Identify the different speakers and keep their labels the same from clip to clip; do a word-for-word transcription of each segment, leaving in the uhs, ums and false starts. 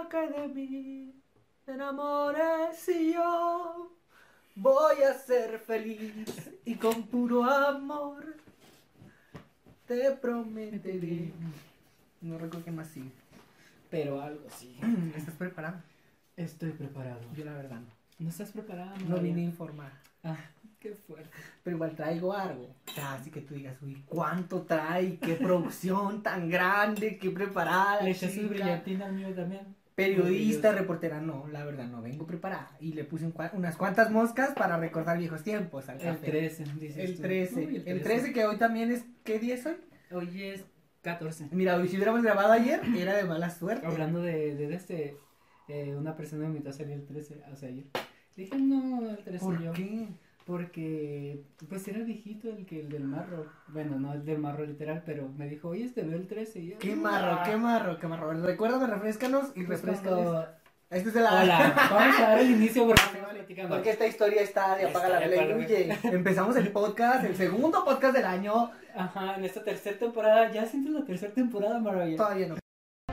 Speaker 1: que de mí te enamores y yo voy a ser feliz y con puro amor te prometeré. No recuerdo qué más sí, pero algo sí. ¿Estás preparado?
Speaker 2: Estoy preparado.
Speaker 1: Yo la verdad no.
Speaker 2: ¿No estás preparado?
Speaker 1: No vine a informar.
Speaker 2: Ah, qué fuerte.
Speaker 1: Pero igual traigo algo. O sea, así que tú digas, uy, ¿cuánto trae? ¿Qué producción tan grande? ¿Qué preparada?
Speaker 2: Le echaste
Speaker 1: chica?
Speaker 2: brillantina al mío también.
Speaker 1: Periodista, reportera, no, la verdad no vengo preparada. Y le puse un cua- unas cuantas moscas para recordar viejos tiempos al
Speaker 2: El
Speaker 1: café.
Speaker 2: trece, dices
Speaker 1: El
Speaker 2: tú.
Speaker 1: trece.
Speaker 2: Uy,
Speaker 1: El trece que hoy también es, ¿qué día es hoy?
Speaker 2: Hoy es catorce.
Speaker 1: Mira, hoy si hubiéramos grabado ayer, era de mala suerte.
Speaker 2: Hablando de, de este, eh, una persona me invitó a salir el trece, o sea, ayer. Le dije, no, el trece
Speaker 1: ¿Por
Speaker 2: yo.
Speaker 1: qué?
Speaker 2: Porque, pues era el viejito el que el del marro. Bueno, no el del marro literal, pero me dijo, oye, te veo el trece. Y yo,
Speaker 1: Qué marro, qué marro, qué marro. Recuérdame, refrescanos y
Speaker 2: Pues
Speaker 1: refrescanos.
Speaker 2: cuando-
Speaker 1: Este es el
Speaker 2: Hola, vamos a dar el inicio porque estamos platicando.
Speaker 1: Porque esta historia está de apaga la
Speaker 2: Está de
Speaker 1: vela y
Speaker 2: apaga.
Speaker 1: huye. Empezamos el podcast, el segundo podcast del año.
Speaker 2: Ajá, en esta tercera temporada, ya sientes la tercera temporada, maravilla.
Speaker 1: Todavía no.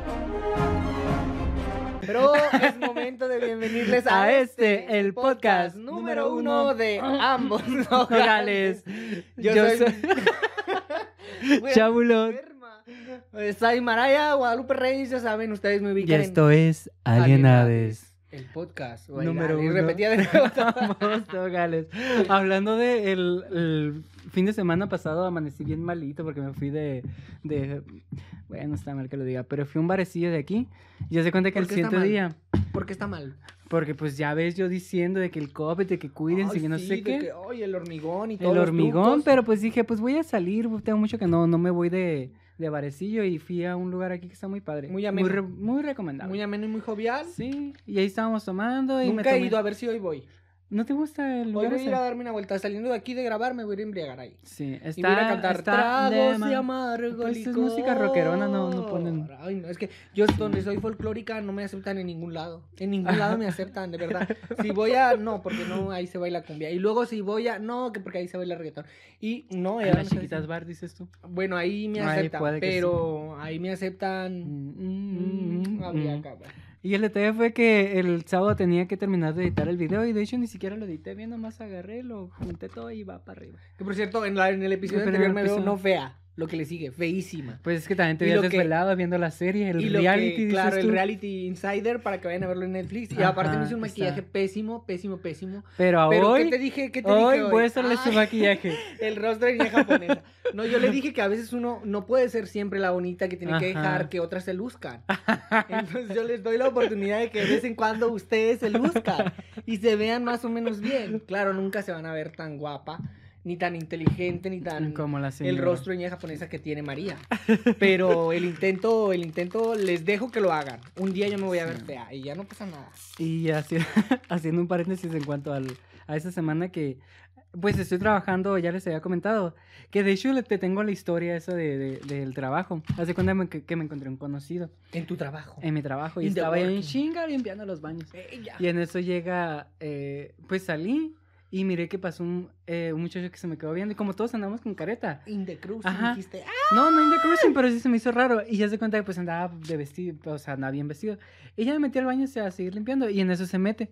Speaker 1: Pero es momento de bienvenirles a,
Speaker 2: A este, el podcast
Speaker 1: número
Speaker 2: número
Speaker 1: uno
Speaker 2: uno
Speaker 1: de ambos
Speaker 2: Nogales.
Speaker 1: Yo,
Speaker 2: Yo
Speaker 1: soy...
Speaker 2: soy-
Speaker 1: Voy a-
Speaker 2: Chabulos.
Speaker 1: enferma. Soy Maraya, Guadalupe Reyes, ya saben, ustedes me
Speaker 2: Y
Speaker 1: ubican
Speaker 2: esto es Alienades.
Speaker 1: en el podcast.
Speaker 2: Número
Speaker 1: Y
Speaker 2: uno.
Speaker 1: repetía de nuevo.
Speaker 2: Vamos, Nogales. Hablando de el, el fin de semana pasado, amanecí bien malito porque me fui de, de... Bueno, está mal que lo diga, pero fui a un barecillo de aquí. Y ya se cuenta que
Speaker 1: ¿Por
Speaker 2: el
Speaker 1: qué está
Speaker 2: siguiente
Speaker 1: mal?
Speaker 2: día...
Speaker 1: ¿Por qué está mal?
Speaker 2: Porque pues ya ves yo diciendo de que el COVID, de que cuídense,
Speaker 1: Ay,
Speaker 2: que no
Speaker 1: sí,
Speaker 2: sé
Speaker 1: de
Speaker 2: qué.
Speaker 1: que, oye, el hormigón y todo.
Speaker 2: El hormigón, pero pues dije, pues voy a salir, tengo mucho que no, no me voy de, de barecillo y fui a un lugar aquí que está muy padre.
Speaker 1: Muy ameno.
Speaker 2: Muy, re- muy recomendable.
Speaker 1: Muy ameno y muy jovial.
Speaker 2: Sí, y ahí estábamos tomando y me
Speaker 1: Nunca he
Speaker 2: tomé-
Speaker 1: ido, a ver si hoy voy.
Speaker 2: ¿No te gusta el
Speaker 1: Hoy
Speaker 2: lugar
Speaker 1: voy a ir a
Speaker 2: ese?
Speaker 1: darme una vuelta. Saliendo de aquí de grabar, me voy a ir a embriagar ahí.
Speaker 2: Sí, está...
Speaker 1: Y voy a ir a cantar
Speaker 2: está
Speaker 1: tragos
Speaker 2: ma-
Speaker 1: de amargo
Speaker 2: Pues es
Speaker 1: licor.
Speaker 2: música rockerona, no- no ponen-
Speaker 1: Ay, no, es que yo donde soy folclórica no me aceptan en ningún lado. En ningún lado me aceptan, de verdad. Si voy a... No, porque no, ahí se baila cumbia. Y luego si voy a... No, que porque ahí se baila reggaetón. Y no,
Speaker 2: En
Speaker 1: era...
Speaker 2: las chiquitas bar, dices tú.
Speaker 1: Bueno, ahí me
Speaker 2: Ahí
Speaker 1: aceptan,
Speaker 2: puede que
Speaker 1: pero ahí me aceptan...
Speaker 2: Mm, mm, mm,
Speaker 1: Habría
Speaker 2: mm.
Speaker 1: cabra.
Speaker 2: Y el detalle fue que el sábado tenía que terminar de editar el video y de hecho ni siquiera lo edité bien, nomás agarré, lo junté todo y va para arriba.
Speaker 1: Que por cierto, en, la, en el episodio
Speaker 2: Pero en el
Speaker 1: anterior me veo
Speaker 2: episodio-
Speaker 1: no fea, lo que le sigue, feísima.
Speaker 2: Pues es que también te
Speaker 1: Y
Speaker 2: habías
Speaker 1: lo que-
Speaker 2: desvelado viendo la serie, el
Speaker 1: y lo
Speaker 2: reality,
Speaker 1: que,
Speaker 2: dices
Speaker 1: claro, el
Speaker 2: tú.
Speaker 1: reality Insider para que vayan a verlo en Netflix. Y
Speaker 2: Ajá,
Speaker 1: aparte me hice un
Speaker 2: está.
Speaker 1: maquillaje pésimo, pésimo, pésimo.
Speaker 2: Pero,
Speaker 1: Pero
Speaker 2: hoy,
Speaker 1: ¿qué te dije? ¿Qué te
Speaker 2: hoy
Speaker 1: dije hoy?
Speaker 2: voy a hacerle su
Speaker 1: Ay,
Speaker 2: maquillaje.
Speaker 1: El rostro de niña japonesa. No, yo le dije que a veces uno no puede ser siempre la bonita, que tiene que
Speaker 2: Ajá.
Speaker 1: dejar que otras se luzcan. Entonces yo les doy la oportunidad de que de vez en cuando ustedes se luzcan y se vean más o menos bien. Claro, nunca se van a ver tan guapa, ni tan inteligente, ni tan...
Speaker 2: Como la
Speaker 1: el
Speaker 2: señora.
Speaker 1: rostro de niña japonesa que tiene María. Pero el intento, el intento, les dejo que lo hagan. Un día yo me voy a ver
Speaker 2: Sí.
Speaker 1: fea y ya no pasa nada.
Speaker 2: Y así, haciendo un paréntesis en cuanto al, a esa semana que, pues estoy trabajando, ya les había comentado, que de hecho le- te tengo la historia esa de, de- del trabajo. Hace cuenta me- que, que me encontré un conocido
Speaker 1: En tu trabajo.
Speaker 2: en mi trabajo y
Speaker 1: In the
Speaker 2: estaba yo en
Speaker 1: working.
Speaker 2: chinga limpiando los baños.
Speaker 1: Ella.
Speaker 2: Y en eso llega, eh, pues salí y miré que pasó un, eh, un muchacho que se me quedó viendo y como todos andamos con careta.
Speaker 1: In the cruise,
Speaker 2: Ajá.
Speaker 1: dijiste. ¡Ah!
Speaker 2: No, no in the cruising, pero sí se me hizo raro. Y ya se cuenta que pues andaba de vestido, o sea, andaba bien vestido. Y ya me metí al baño o sea, a seguir limpiando y en eso se mete.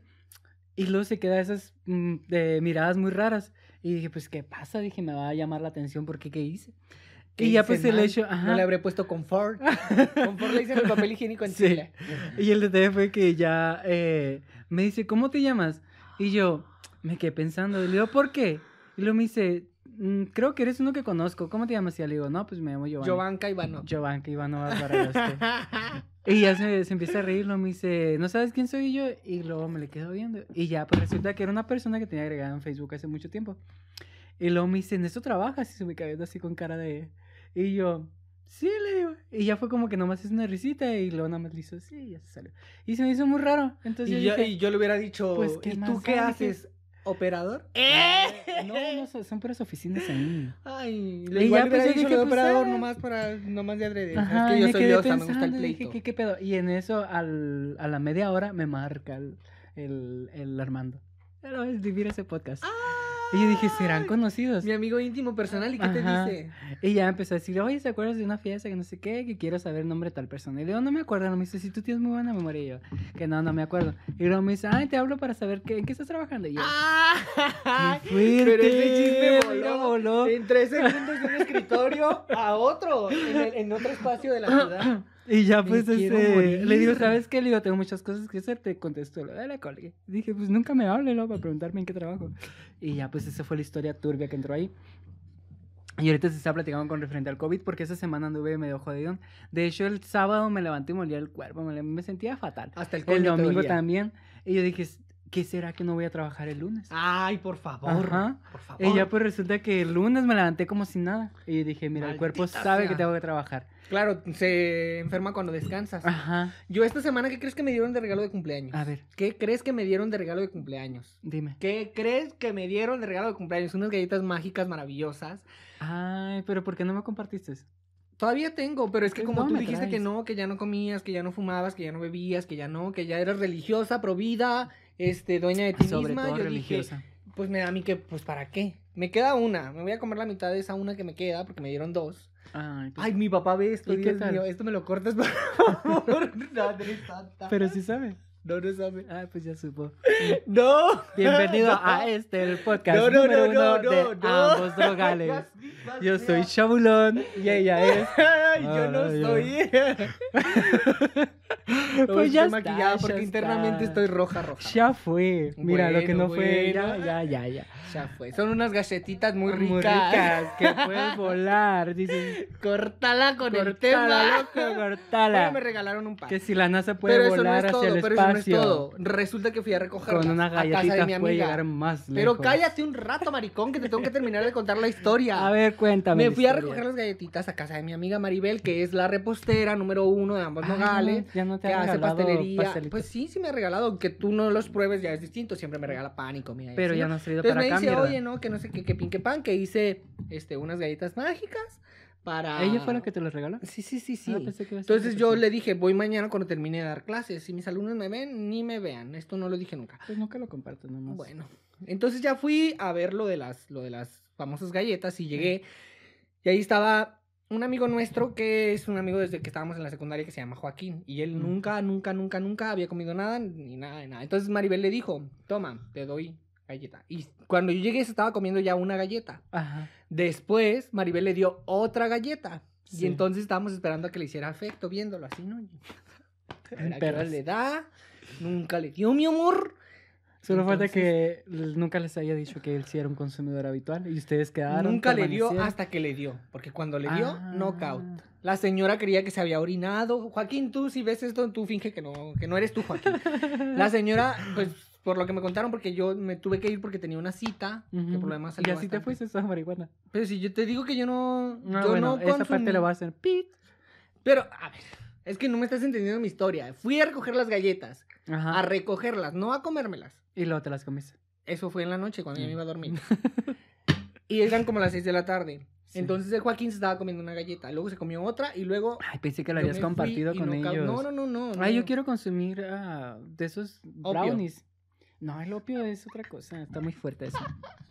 Speaker 2: Y luego se queda esas mm, de miradas muy raras. Y dije, pues, ¿qué pasa? Dije, me va a llamar la atención porque ¿qué hice?
Speaker 1: ¿Qué
Speaker 2: Y ya
Speaker 1: hice
Speaker 2: pues el
Speaker 1: mal?
Speaker 2: hecho, ajá.
Speaker 1: No le habré puesto confort. Confort le dicen el papel higiénico en
Speaker 2: Sí.
Speaker 1: Chile.
Speaker 2: Y el detalle fue que ya eh, me dice, ¿cómo te llamas? Y yo me quedé pensando, y le digo, ¿por qué? Y luego me dice, "Mm, creo que eres uno que conozco, ¿cómo te llamas? Y ya le digo, no, pues me llamo Giovanni.
Speaker 1: Giovanka Ivano.
Speaker 2: Giovanni Ivanova para los que... Y ya se, se empieza a reír, luego me dice, ¿no sabes quién soy yo? Y luego me le quedo viendo. Y ya, pues resulta que era una persona que tenía agregada en Facebook hace mucho tiempo. Y luego me dice, ¿en esto trabajas? Y se me quedó viendo así con cara de... Y yo, sí, le digo. Y ya fue como que nomás es una risita y luego nada más le hizo, sí, y ya se salió. Y se me hizo muy raro. Entonces
Speaker 1: Y
Speaker 2: yo
Speaker 1: yo,
Speaker 2: dije,
Speaker 1: y yo le hubiera dicho,
Speaker 2: pues, ¿qué
Speaker 1: ¿y
Speaker 2: más
Speaker 1: tú qué
Speaker 2: da?
Speaker 1: haces? ¿Operador?
Speaker 2: "Eh, no, no, son, son puras oficinas ahí.
Speaker 1: Ay,
Speaker 2: Y
Speaker 1: le igual
Speaker 2: ya,
Speaker 1: le hubiera
Speaker 2: pues, yo
Speaker 1: dicho
Speaker 2: dije,
Speaker 1: lo de
Speaker 2: pues,
Speaker 1: operador
Speaker 2: ah.
Speaker 1: nomás para, nomás de adrede.
Speaker 2: Ajá,
Speaker 1: es que
Speaker 2: y
Speaker 1: yo
Speaker 2: me
Speaker 1: soy
Speaker 2: quedé
Speaker 1: diosa, me gusta el
Speaker 2: pensando, dije,
Speaker 1: pleito.
Speaker 2: ¿qué, qué pedo? Y en eso, al, a la media hora, me marca el, el, el Armando. Pero es vivir ese podcast. Y yo dije, ¿serán conocidos?
Speaker 1: Mi amigo íntimo personal, ¿y qué
Speaker 2: Ajá.
Speaker 1: te dice?
Speaker 2: Y ya empezó a decir, oye, ¿se acuerdas de una fiesta que no sé qué? Que quiero saber el nombre de tal persona. Y le digo, no me acuerdo. No me dice, si tú tienes muy buena memoria. Y yo, que no, no me acuerdo. Y luego me dice, ay, te hablo para saber qué, en qué estás trabajando. Y yo,
Speaker 1: ¡Ah!
Speaker 2: qué fuerte.
Speaker 1: Pero ese chisme
Speaker 2: Mira,
Speaker 1: voló,
Speaker 2: voló.
Speaker 1: en tres segundos de un escritorio a otro, en, el- en otro espacio de la ciudad.
Speaker 2: Y ya
Speaker 1: Me
Speaker 2: pues
Speaker 1: quiero
Speaker 2: este,
Speaker 1: morir.
Speaker 2: le digo, ¿sabes qué? Le digo, tengo muchas cosas que hacer, te contestó, le colgué. Dije, pues nunca me hable, ¿no? Para preguntarme en qué trabajo. Y ya pues esa fue la historia turbia que entró ahí. Y ahorita se está platicando con referente al COVID porque esa semana anduve medio jodidón. De hecho, el sábado me levanté y me olía el cuerpo, me, me sentía fatal.
Speaker 1: Hasta el
Speaker 2: El
Speaker 1: coño te
Speaker 2: domingo
Speaker 1: dolía.
Speaker 2: también. Y yo dije, ¿qué será que no voy a trabajar el lunes?
Speaker 1: Ay, por favor.
Speaker 2: Ajá.
Speaker 1: Por favor.
Speaker 2: Y ya pues resulta que el lunes me levanté como si nada. Y dije, mira, el cuerpo
Speaker 1: Maldita
Speaker 2: sabe
Speaker 1: sea.
Speaker 2: que tengo que trabajar.
Speaker 1: Claro, se enferma cuando descansas.
Speaker 2: Ajá.
Speaker 1: Yo esta semana, ¿qué crees que me dieron de regalo de cumpleaños?
Speaker 2: A ver,
Speaker 1: ¿Qué crees que me dieron de regalo de cumpleaños?
Speaker 2: dime.
Speaker 1: ¿Qué crees que me dieron de regalo de cumpleaños? Unas galletas mágicas maravillosas.
Speaker 2: Ay, pero ¿por qué no me compartiste?
Speaker 1: Todavía tengo, pero es que
Speaker 2: Pues
Speaker 1: como
Speaker 2: no
Speaker 1: tú
Speaker 2: me
Speaker 1: dijiste que
Speaker 2: traes.
Speaker 1: no, que ya no comías, que ya no fumabas, que ya no bebías, que ya no, que ya eras religiosa, provida, este, dueña de ti
Speaker 2: Sobre
Speaker 1: misma,
Speaker 2: todo
Speaker 1: yo
Speaker 2: religiosa.
Speaker 1: dije, pues me da a mí que, pues ¿para qué? Me queda una, me voy a comer la mitad de esa una que me queda porque me dieron dos.
Speaker 2: Ay, pues,
Speaker 1: Ay, mi papá ve esto,
Speaker 2: ¿Y qué
Speaker 1: Dios
Speaker 2: tal?
Speaker 1: mío, esto me lo cortas, por favor. Madre santa.
Speaker 2: pero sí sabe.
Speaker 1: No, no sabe.
Speaker 2: Ah, pues ya supo.
Speaker 1: No.
Speaker 2: Bienvenido
Speaker 1: No.
Speaker 2: a este, el podcast
Speaker 1: No, no,
Speaker 2: número
Speaker 1: no,
Speaker 2: uno
Speaker 1: no,
Speaker 2: de
Speaker 1: no, no.
Speaker 2: ambos drogales.
Speaker 1: Maldita
Speaker 2: Yo
Speaker 1: sea.
Speaker 2: soy Chabulón y ella es...
Speaker 1: Ay, yo no
Speaker 2: Ay,
Speaker 1: soy.
Speaker 2: Pues ya
Speaker 1: estoy
Speaker 2: está,
Speaker 1: maquillada
Speaker 2: ya
Speaker 1: porque internamente
Speaker 2: está.
Speaker 1: estoy roja, roja.
Speaker 2: Ya fue. Mira, lo que
Speaker 1: Bueno,
Speaker 2: no fue, ya,
Speaker 1: bueno.
Speaker 2: ya, ya, ya.
Speaker 1: Ya fue. Son unas galletitas muy ricas.
Speaker 2: Muy ricas, que puedes volar. Dices,
Speaker 1: Cortala con el
Speaker 2: cortala,
Speaker 1: tema.
Speaker 2: loco,
Speaker 1: Bueno,
Speaker 2: cortala.
Speaker 1: me regalaron un par.
Speaker 2: Que si la NASA puede
Speaker 1: Pero eso no
Speaker 2: volar
Speaker 1: es
Speaker 2: hacia
Speaker 1: todo,
Speaker 2: el
Speaker 1: pero eso no es
Speaker 2: espacio,
Speaker 1: todo. Resulta que fui a recogerlas
Speaker 2: con unas
Speaker 1: a casa de
Speaker 2: galletitas
Speaker 1: mi
Speaker 2: puede
Speaker 1: amiga.
Speaker 2: llegar más lejos.
Speaker 1: Pero cállate un rato, maricón, que te tengo que terminar de contar la historia.
Speaker 2: A ver, cuéntame.
Speaker 1: Me
Speaker 2: la
Speaker 1: fui a
Speaker 2: historia.
Speaker 1: recoger las galletitas a casa de mi amiga Maribel, que es la repostera número uno de ambos
Speaker 2: Ah,
Speaker 1: nogales.
Speaker 2: ya no te
Speaker 1: que
Speaker 2: ha
Speaker 1: hace
Speaker 2: regalado
Speaker 1: pastelería.
Speaker 2: pastelitos.
Speaker 1: Pues sí, sí me ha regalado. Que tú no los pruebes ya es distinto. Siempre me regala pan y comida. y
Speaker 2: Pero
Speaker 1: así,
Speaker 2: ya
Speaker 1: ¿no?
Speaker 2: no has traído
Speaker 1: Entonces
Speaker 2: para
Speaker 1: me
Speaker 2: acá,
Speaker 1: dice,
Speaker 2: mierda.
Speaker 1: oye, no, que no sé qué, que pinque pan, que hice este, unas galletas mágicas para...
Speaker 2: ¿Ella fue la que te los regaló?
Speaker 1: Sí, sí, sí, sí.
Speaker 2: Ah, pensé que iba a ser
Speaker 1: Entonces
Speaker 2: otra
Speaker 1: yo
Speaker 2: persona.
Speaker 1: le dije, voy mañana cuando termine de dar clases. Si mis alumnos me ven, ni me vean. Esto no lo dije nunca.
Speaker 2: Pues nunca lo comparto nomás.
Speaker 1: Bueno, entonces ya fui a ver lo de las, lo de las famosas galletas y llegué. Y ahí estaba un amigo nuestro que es un amigo desde que estábamos en la secundaria que se llama Joaquín. Y él
Speaker 2: Mm.
Speaker 1: nunca, nunca, nunca, nunca había comido nada, ni nada, de nada. Entonces Maribel le dijo, toma, te doy galleta. Y cuando yo llegué se estaba comiendo ya una galleta.
Speaker 2: Ajá.
Speaker 1: Después Maribel le dio otra galleta.
Speaker 2: Sí.
Speaker 1: Y entonces estábamos esperando a que le hiciera afecto viéndolo así, ¿no? A ver, ¿a qué
Speaker 2: Perras.
Speaker 1: hora le da? Nunca le dio, mi amor.
Speaker 2: Solo falta
Speaker 1: Entonces-
Speaker 2: que l- nunca les haya dicho que él sí era un consumidor habitual y ustedes quedaron.
Speaker 1: Nunca le dio
Speaker 2: permanecieron.
Speaker 1: hasta que le dio. Porque cuando le dio,
Speaker 2: Ah.
Speaker 1: knockout. La señora creía que se había orinado. Joaquín, tú si ves esto, tú finge que no, que no eres tú, Joaquín. La señora, pues, por lo que me contaron, porque yo me tuve que ir porque tenía una cita. Que
Speaker 2: Ujú.
Speaker 1: por lo demás
Speaker 2: Y
Speaker 1: salió
Speaker 2: así te
Speaker 1: bastante.
Speaker 2: fuiste esa marihuana.
Speaker 1: Pero si yo te digo que yo no.
Speaker 2: No,
Speaker 1: yo
Speaker 2: bueno,
Speaker 1: no
Speaker 2: esa parte
Speaker 1: consumí.
Speaker 2: le voy a hacer pit.
Speaker 1: Pero, a ver, es que no me estás entendiendo mi historia. Fui a recoger las galletas.
Speaker 2: Ajá.
Speaker 1: A recogerlas, no a comérmelas.
Speaker 2: Y luego te las comiste.
Speaker 1: Eso fue en la noche cuando ya me
Speaker 2: Mm.
Speaker 1: iba a dormir. Y eran como las seis de la tarde.
Speaker 2: Sí.
Speaker 1: Entonces el Joaquín se estaba comiendo una galleta. Luego se comió otra y luego.
Speaker 2: Ay, pensé que lo
Speaker 1: yo
Speaker 2: habías
Speaker 1: me fui
Speaker 2: compartido
Speaker 1: y
Speaker 2: con
Speaker 1: no ca-
Speaker 2: ellos.
Speaker 1: No, no, no, no.
Speaker 2: Ay,
Speaker 1: no.
Speaker 2: yo quiero consumir ah, de esos
Speaker 1: Opio.
Speaker 2: brownies. No, el opio es otra cosa. Está muy fuerte eso.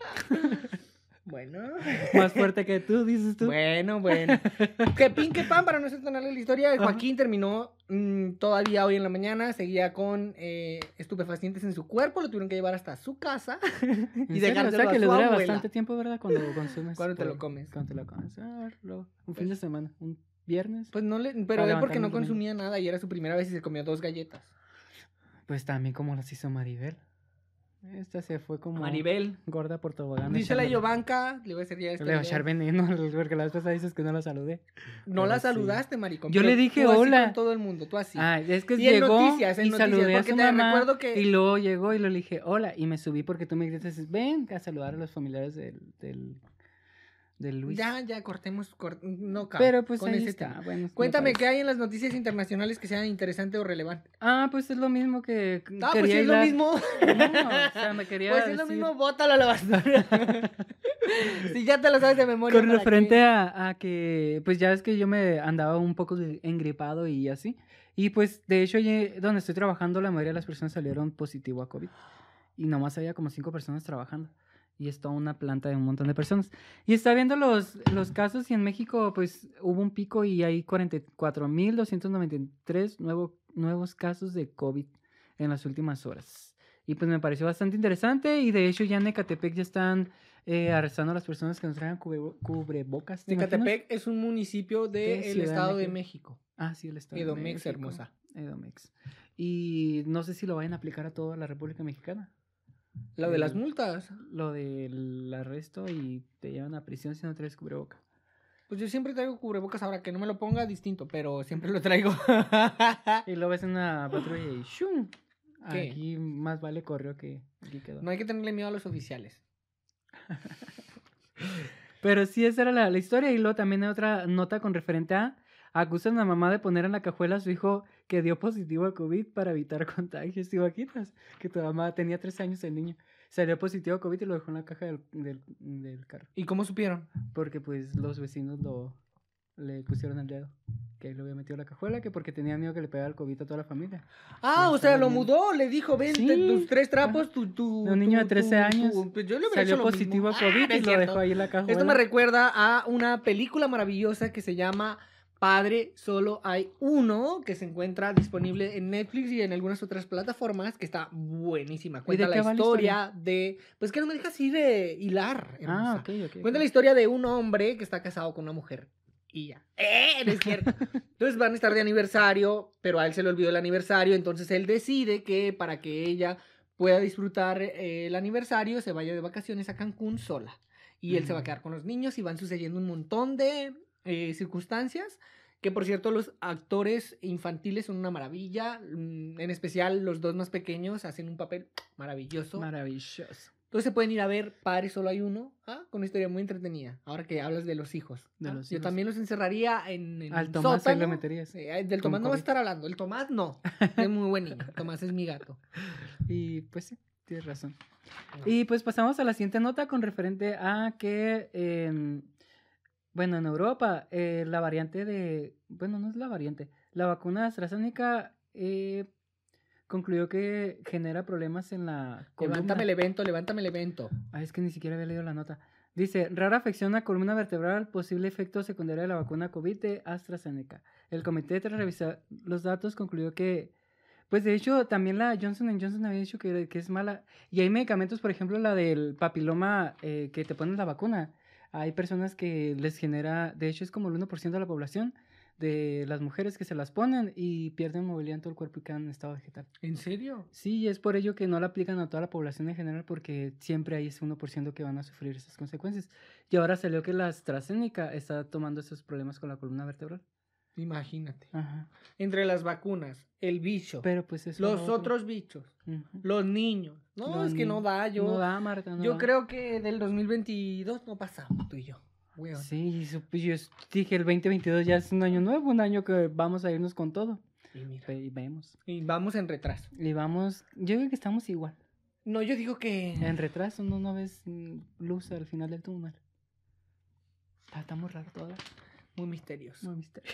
Speaker 1: Bueno.
Speaker 2: Más fuerte que tú, dices tú.
Speaker 1: Bueno, bueno. Que pin, que pan, para no extenderle la historia. El
Speaker 2: Ajá.
Speaker 1: Joaquín terminó mm, todavía hoy en la mañana. Seguía con eh, estupefacientes en su cuerpo. Lo tuvieron que llevar hasta su casa.
Speaker 2: ¿En
Speaker 1: y
Speaker 2: serio?
Speaker 1: dejárselo
Speaker 2: O sea,
Speaker 1: a
Speaker 2: que le
Speaker 1: su
Speaker 2: dura
Speaker 1: abuela.
Speaker 2: bastante tiempo, ¿verdad? Cuando lo consumes.
Speaker 1: ¿Cuándo te lo
Speaker 2: por-
Speaker 1: comes?
Speaker 2: Cuando te lo comes. Ah, luego, un fin de semana. Un viernes. Pues,
Speaker 1: Pues no le. Pero
Speaker 2: Para
Speaker 1: él porque no
Speaker 2: levantarme un domingo.
Speaker 1: consumía nada y era su primera vez y se comió dos galletas.
Speaker 2: pues también como las hizo Maribel. Esta se fue como
Speaker 1: Maribel.
Speaker 2: gorda por tobogán.
Speaker 1: Dice la
Speaker 2: echándole-
Speaker 1: Yovanka. Le voy a decir ya este
Speaker 2: Le va a
Speaker 1: video.
Speaker 2: echar veneno, porque la vez pasada dices que no la saludé.
Speaker 1: No la
Speaker 2: Pero sí.
Speaker 1: saludaste, maricón.
Speaker 2: Yo
Speaker 1: pero
Speaker 2: le dije
Speaker 1: tú así
Speaker 2: hola.
Speaker 1: con todo el mundo, tú así.
Speaker 2: Ah, es que
Speaker 1: Y en
Speaker 2: llegó
Speaker 1: noticias, en
Speaker 2: y
Speaker 1: noticias,
Speaker 2: saludé a
Speaker 1: porque
Speaker 2: su
Speaker 1: te
Speaker 2: mamá
Speaker 1: recuerdo que-
Speaker 2: y luego llegó y le dije hola y me subí porque tú me gritas ven a saludar a los familiares del del, del Luis.
Speaker 1: Ya, ya, cortemos, cort- no cabe
Speaker 2: Pero pues
Speaker 1: con
Speaker 2: ahí
Speaker 1: ese
Speaker 2: está.
Speaker 1: tema.
Speaker 2: Bueno, me
Speaker 1: Cuéntame
Speaker 2: parece.
Speaker 1: qué hay en las noticias internacionales que sean interesante o relevante.
Speaker 2: Ah, pues es lo mismo que
Speaker 1: Ah,
Speaker 2: quería
Speaker 1: pues si es lo
Speaker 2: hilar.
Speaker 1: mismo.
Speaker 2: No, o sea, me quería
Speaker 1: Pues si es lo
Speaker 2: decir-
Speaker 1: mismo, bótalo a la basura. Si ya te lo sabes de memoria.
Speaker 2: Con
Speaker 1: ¿para
Speaker 2: referente
Speaker 1: qué?
Speaker 2: a, a que, pues ya es que yo me andaba un poco de- engripado y así. Y pues, de hecho, ye- donde estoy trabajando, la mayoría de las personas salieron positivo a COVID. Y nomás había como cinco personas trabajando. Y es toda una planta de un montón de personas. Y está viendo los, los casos y en México pues hubo un pico y hay cuarenta y cuatro mil doscientos noventa y tres nuevo, nuevos casos de COVID en las últimas horas. Y pues me pareció bastante interesante y de hecho ya en Ecatepec ya están eh, arrestando a las personas que nos traigan cubre- cubrebocas. ¿Te imaginas?
Speaker 3: Ecatepec es un municipio del
Speaker 2: De Ciudad de
Speaker 3: Estado de
Speaker 2: México.
Speaker 3: México.
Speaker 2: Ah, sí, el Estado de
Speaker 3: Edomex,
Speaker 2: México.
Speaker 3: hermosa.
Speaker 2: Edomex. Y no sé si lo vayan a aplicar a toda la República Mexicana.
Speaker 3: Lo de
Speaker 2: El-
Speaker 3: las multas.
Speaker 2: Lo del arresto y te llevan a prisión si no traes cubreboca.
Speaker 3: Pues yo siempre traigo cubrebocas, ahora que no me lo ponga distinto, pero siempre lo traigo.
Speaker 2: Y lo ves en una patrulla y ¡shum!
Speaker 3: ¿Qué?
Speaker 2: Aquí más vale corrió que aquí quedó.
Speaker 3: No hay que tenerle miedo a los oficiales.
Speaker 2: Pero sí, esa era la, la historia. Y luego también hay otra nota con referente a... Acusan a la mamá de poner en la cajuela a su hijo que dio positivo a COVID para evitar contagios. ¿Te imaginas? Que tu mamá tenía tres años el niño. Salió positivo a COVID y lo dejó en la caja del, del, del carro.
Speaker 3: ¿Y cómo supieron?
Speaker 2: Porque pues los vecinos lo le pusieron el dedo. Que lo había metido en la cajuela, que porque tenía miedo que le pegara el COVID a toda la familia.
Speaker 3: Ah,
Speaker 2: Ya
Speaker 3: o sea,
Speaker 2: estaba
Speaker 3: lo
Speaker 2: bien.
Speaker 3: mudó, le dijo, ven,
Speaker 2: Sí,
Speaker 3: te- tus tres trapos,
Speaker 2: ajá.
Speaker 3: tu, tu...
Speaker 2: De un niño
Speaker 3: tu-
Speaker 2: de trece
Speaker 3: tu-
Speaker 2: años
Speaker 3: tu- pues yo le hubiera
Speaker 2: salió
Speaker 3: hecho lo
Speaker 2: positivo
Speaker 3: mismo.
Speaker 2: a COVID
Speaker 3: Ah, no
Speaker 2: y
Speaker 3: es
Speaker 2: lo
Speaker 3: cierto.
Speaker 2: dejó ahí en la cajuela.
Speaker 3: Esto me recuerda a una película maravillosa que se llama Padre Solo Hay Uno, que se encuentra disponible en Netflix y en algunas otras plataformas, que está buenísima. Cuenta
Speaker 2: de
Speaker 3: la
Speaker 2: qué va la
Speaker 3: historia de... Pues que no me dejas ir eh, hilar,
Speaker 2: Ah,
Speaker 3: hermosa.
Speaker 2: ok, ok.
Speaker 3: Cuenta
Speaker 2: ok.
Speaker 3: la historia de un hombre que está casado con una mujer. Y ya. ¡Eh! No es cierto. Entonces van a estar de aniversario, pero a él se le olvidó el aniversario. Entonces él decide que para que ella pueda disfrutar eh, el aniversario, se vaya de vacaciones a Cancún sola. Y él se va a
Speaker 2: Mm.
Speaker 3: quedar con los niños y van sucediendo un montón de eh, circunstancias. Que por cierto, los actores infantiles son una maravilla. Mm, En especial, los dos más pequeños hacen un papel maravilloso.
Speaker 2: Maravilloso.
Speaker 3: Entonces se pueden ir a ver Padre Solo Hay Uno, ¿ah? Con una historia muy entretenida. Ahora que hablas de los hijos.
Speaker 2: De
Speaker 3: ¿ah?
Speaker 2: los
Speaker 3: Yo
Speaker 2: hijos.
Speaker 3: también los encerraría en, en
Speaker 2: Al
Speaker 3: un
Speaker 2: Tomás ahí
Speaker 3: sótano.
Speaker 2: lo meterías.
Speaker 3: Eh, del
Speaker 2: con
Speaker 3: Tomás no vas a
Speaker 2: COVID.
Speaker 3: estar hablando. El Tomás no. Es muy buen niño. Tomás es mi gato.
Speaker 2: Y pues sí, tienes razón. Y pues pasamos a la siguiente nota con referente a que, eh, bueno, en Europa, eh, la variante de, bueno, no es la variante, la vacuna AstraZeneca eh, concluyó que genera problemas en la columna.
Speaker 3: Levántame el evento, levántame el evento.
Speaker 2: Ah, es que ni siquiera había leído la nota. Dice, rara afección a la columna vertebral, posible efecto secundario de la vacuna COVID de AstraZeneca. El comité, tras revisar los datos, concluyó que, pues de hecho, también la Johnson and Johnson había dicho que, que es mala. Y hay medicamentos, por ejemplo, la del papiloma eh, que te ponen la vacuna. Hay personas que les genera, de hecho es como el uno por ciento de la población, de las mujeres que se las ponen y pierden movilidad en todo el cuerpo y quedan en estado vegetal.
Speaker 3: ¿En serio?
Speaker 2: Sí, y es por ello que no la aplican a toda la población en general porque siempre hay ese uno por ciento que van a sufrir esas consecuencias. Y ahora salió que la AstraZeneca está tomando esos problemas con la columna vertebral.
Speaker 3: Imagínate.
Speaker 2: Ajá.
Speaker 3: Entre las vacunas, el bicho,
Speaker 2: Pero pues eso...
Speaker 3: los
Speaker 2: otro.
Speaker 3: otros bichos,
Speaker 2: Ujú.
Speaker 3: los niños. No,
Speaker 2: Los
Speaker 3: es que no
Speaker 2: niños.
Speaker 3: da. Yo,
Speaker 2: No da, Marta, no
Speaker 3: yo
Speaker 2: da.
Speaker 3: creo que del dos mil veintidós no pasamos tú y yo. Weón.
Speaker 2: Sí, su- pues yo dije el veinte veintidós ya es un año nuevo, un año que vamos a irnos con todo.
Speaker 3: Y mira.
Speaker 2: Y vemos.
Speaker 3: Y vamos en retraso.
Speaker 2: Y vamos, yo creo que estamos igual.
Speaker 3: No, yo digo que...
Speaker 2: En retraso, no, no ves mm, luz al final del túnel. Ah, está muy raro todo.
Speaker 3: Muy misterioso.
Speaker 2: Muy misterio.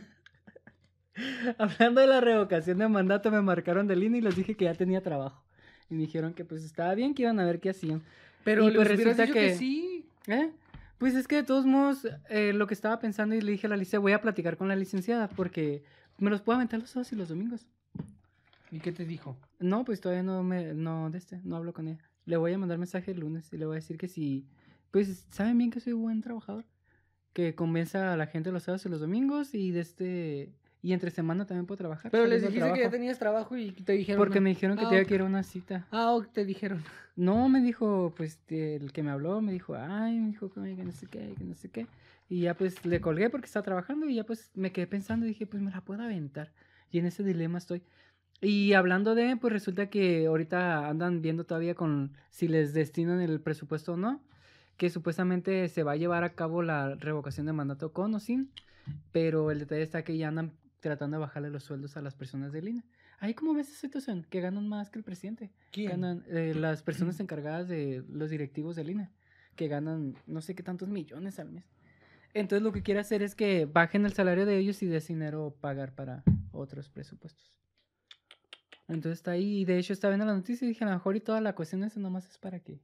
Speaker 2: Hablando de la revocación de mandato, me marcaron del I N E y les dije que ya tenía trabajo. Y me dijeron que pues estaba bien, que iban a ver qué hacían.
Speaker 3: Pero
Speaker 2: Y
Speaker 3: les
Speaker 2: pues
Speaker 3: hubieras
Speaker 2: resulta
Speaker 3: dicho que...
Speaker 2: que-
Speaker 3: sí.
Speaker 2: ¿Eh? Pues es que de todos modos, eh, lo que estaba pensando y le dije a la licenciada, voy a platicar con la licenciada porque me los puedo aventar los sábados y los domingos.
Speaker 3: ¿Y qué te dijo?
Speaker 2: No, pues todavía no me, no, de este, no hablo con ella. Le voy a mandar mensaje el lunes y le voy a decir que si, pues saben bien que soy buen trabajador, que convenza a la gente los sábados y los domingos y de este, y entre semana también puedo trabajar.
Speaker 3: Pero les
Speaker 2: saliendo del
Speaker 3: dijiste que ya
Speaker 2: trabajo.
Speaker 3: tenías trabajo y te dijeron...
Speaker 2: Porque
Speaker 3: no.
Speaker 2: me dijeron que
Speaker 3: Ah,
Speaker 2: tenía
Speaker 3: ok.
Speaker 2: que ir a una cita.
Speaker 3: Ah, ok, te dijeron.
Speaker 2: No, me dijo, pues, el que me habló, me dijo, ay, me dijo que no sé qué, que no sé qué. Y ya, pues, le colgué porque estaba trabajando y ya, pues, me quedé pensando y dije, pues, me la puedo aventar. Y en ese dilema estoy. Y hablando de, pues, resulta que ahorita andan viendo todavía con si les destinan el presupuesto o no. Que supuestamente se va a llevar a cabo la revocación de mandato con o sin. Pero el detalle está que ya andan tratando de bajarle los sueldos a las personas del I N E. Ahí, ¿cómo ves esa situación? Que ganan más que el presidente.
Speaker 3: ¿Quién?
Speaker 2: Ganan eh, las personas encargadas de los directivos del I N E, que ganan no sé qué tantos millones al mes. Entonces lo que quiere hacer es que bajen el salario de ellos y de ese dinero pagar para otros presupuestos. Entonces está ahí, y de hecho estaba viendo la noticia y dije, a lo mejor y toda la cuestión esa nomás es para que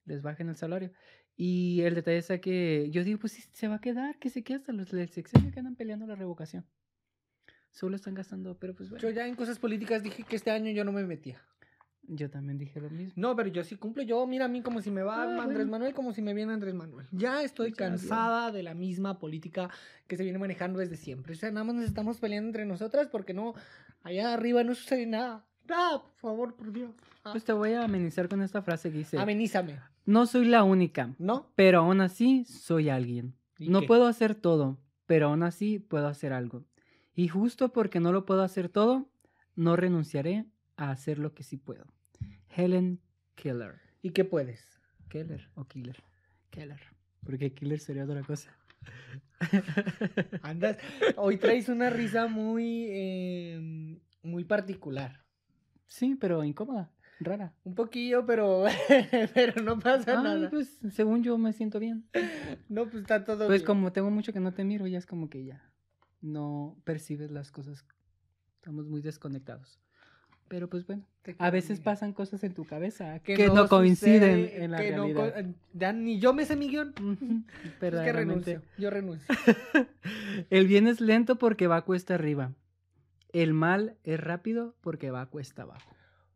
Speaker 2: les bajen el salario. Y el detalle es que yo digo, pues sí, se va a quedar, que se quede hasta los del sexenio que andan peleando la revocación. Solo están gastando, pero pues bueno.
Speaker 3: Yo ya en cosas políticas dije que este año yo no me metía.
Speaker 2: Yo también dije lo mismo.
Speaker 3: No, pero yo sí cumplo. Yo, mira a mí como si me va
Speaker 2: Ah,
Speaker 3: Andrés
Speaker 2: bueno.
Speaker 3: Manuel, como si me viene Andrés Manuel. Ya estoy
Speaker 2: Ya,
Speaker 3: cansada de la misma política que se viene manejando desde siempre. O sea, nada más nos estamos peleando entre nosotras porque no, allá arriba no sucede nada. Nada, por favor, por Dios. Ah.
Speaker 2: Pues te voy a amenizar con esta frase que dice:
Speaker 3: Amenízame,
Speaker 2: no soy la única,
Speaker 3: ¿no?
Speaker 2: pero aún así soy alguien.
Speaker 3: ¿Y
Speaker 2: No
Speaker 3: qué?
Speaker 2: puedo hacer todo, pero aún así puedo hacer algo. Y justo porque no lo puedo hacer todo, no renunciaré a hacer lo que sí puedo. Helen Keller.
Speaker 3: ¿Y qué puedes?
Speaker 2: Keller o Killer. Keller. Porque Killer sería otra cosa.
Speaker 3: Andas, hoy traes una risa muy, eh, muy particular.
Speaker 2: Sí, pero incómoda, rara.
Speaker 3: Un poquillo, pero, pero no pasa
Speaker 2: Ay,
Speaker 3: nada.
Speaker 2: pues según yo me siento bien.
Speaker 3: No, pues está todo
Speaker 2: Pues
Speaker 3: bien.
Speaker 2: como tengo mucho que no te miro, ya es como que ya no percibes las cosas. Estamos muy desconectados. Pero pues bueno,
Speaker 3: Te
Speaker 2: a
Speaker 3: quiero,
Speaker 2: veces
Speaker 3: amiga.
Speaker 2: pasan cosas en tu cabeza que, no, coinciden
Speaker 3: sucede,
Speaker 2: en la
Speaker 3: que no
Speaker 2: realidad.
Speaker 3: co- ya ni yo me sé mi guión.
Speaker 2: Ujú,
Speaker 3: Es que
Speaker 2: verdaderamente.
Speaker 3: renuncio, yo renuncio.
Speaker 2: El bien es lento porque va cuesta arriba. El mal es rápido porque va cuesta abajo.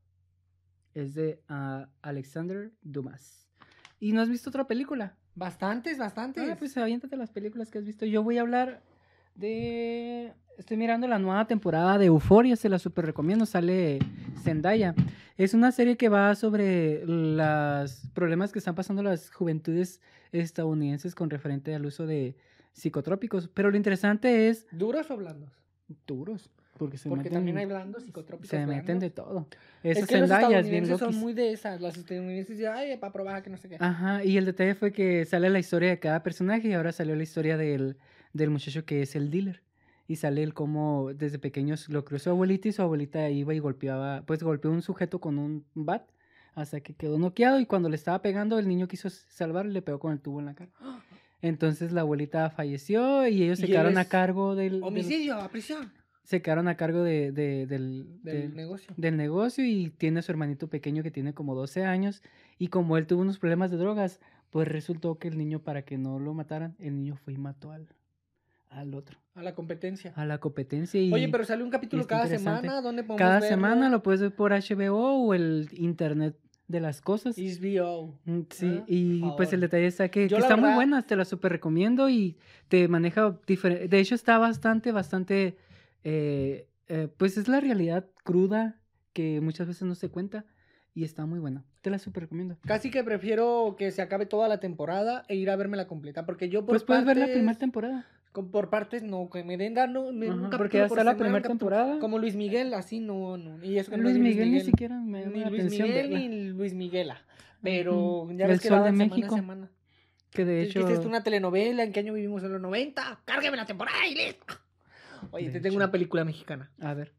Speaker 2: Es de ah, Alexander Dumas. ¿Y no has visto otra película?
Speaker 3: Bastantes, bastantes.
Speaker 2: Ah, pues aviéntate las películas que has visto. Yo voy a hablar de... Estoy mirando la nueva temporada de Euphoria, se la super recomiendo, sale Zendaya. Es una serie que va sobre los problemas que están pasando las juventudes estadounidenses con referente al uso de psicotrópicos. Pero lo interesante es...
Speaker 3: ¿Duros o blandos?
Speaker 2: Duros. Porque se
Speaker 3: Porque
Speaker 2: meten,
Speaker 3: también hay blandos, psicotrópicos
Speaker 2: se meten de
Speaker 3: blandos.
Speaker 2: todo.
Speaker 3: Es
Speaker 2: Esas
Speaker 3: que los
Speaker 2: Zendayas bien
Speaker 3: estadounidenses son
Speaker 2: loquis.
Speaker 3: muy de esas. Las estadounidenses dicen, ay, para probar que no sé qué.
Speaker 2: Ajá, y el detalle fue que sale la historia de cada personaje y ahora salió la historia del, del muchacho que es el dealer. Y sale él como desde pequeños lo crió su abuelita y su abuelita iba y golpeaba, pues golpeó a un sujeto con un bat hasta que quedó noqueado y cuando le estaba pegando el niño quiso salvarlo y le pegó con el tubo en la cara. Entonces la abuelita falleció y ellos se
Speaker 3: Y él
Speaker 2: quedaron a
Speaker 3: es
Speaker 2: cargo del... del-
Speaker 3: Homicidio, a prisión.
Speaker 2: se quedaron a cargo de, de- del,
Speaker 3: Del
Speaker 2: del-
Speaker 3: negocio.
Speaker 2: del negocio y tiene a su hermanito pequeño que tiene como doce años y como él tuvo unos problemas de drogas, pues resultó que el niño, para que no lo mataran, el niño fue y mató al, al otro,
Speaker 3: A la competencia.
Speaker 2: a la competencia. Y
Speaker 3: Oye, pero sale un capítulo
Speaker 2: está
Speaker 3: cada
Speaker 2: interesante.
Speaker 3: semana. ¿Dónde podemos
Speaker 2: cada
Speaker 3: verlo?
Speaker 2: semana lo puedes ver por H B O o el internet de las cosas.
Speaker 3: H B O.
Speaker 2: Mm, Sí,
Speaker 3: Ah,
Speaker 2: y
Speaker 3: por
Speaker 2: pues el
Speaker 3: favor.
Speaker 2: detalle está que,
Speaker 3: Yo
Speaker 2: que
Speaker 3: la
Speaker 2: está muy
Speaker 3: verdad-
Speaker 2: buena, te la super recomiendo y te maneja diferente. De hecho, está bastante, bastante, eh, eh, pues es la realidad cruda que muchas veces no se cuenta y está muy buena. Te la super recomiendo.
Speaker 3: Casi que prefiero que se acabe toda la temporada e ir a verme la completa. Porque yo por
Speaker 2: Pues puedes ver la
Speaker 3: partes-
Speaker 2: primera temporada.
Speaker 3: con- Por partes no, que me den dando me den un
Speaker 2: Ajá,
Speaker 3: capítulo
Speaker 2: porque ya
Speaker 3: por
Speaker 2: está la
Speaker 3: semana, un
Speaker 2: primera
Speaker 3: capítulo.
Speaker 2: temporada.
Speaker 3: Como Luis Miguel, así no, no. Y eso que no
Speaker 2: Luis
Speaker 3: es
Speaker 2: Miguel, ni siquiera me llama
Speaker 3: Ni
Speaker 2: la
Speaker 3: Luis
Speaker 2: atención
Speaker 3: Miguel
Speaker 2: verla.
Speaker 3: ni Luis Miguela. Pero
Speaker 2: Ujú.
Speaker 3: ya
Speaker 2: El
Speaker 3: ves que
Speaker 2: Sol
Speaker 3: la
Speaker 2: de
Speaker 3: dan semana a
Speaker 2: México.
Speaker 3: semana.
Speaker 2: Que de
Speaker 3: Es
Speaker 2: hecho...
Speaker 3: que esta es una telenovela. ¿En qué año vivimos en los noventa? ¡Cárgueme la temporada y listo! Oye,
Speaker 2: De
Speaker 3: te tengo
Speaker 2: hecho.
Speaker 3: una película mexicana.
Speaker 2: A ver.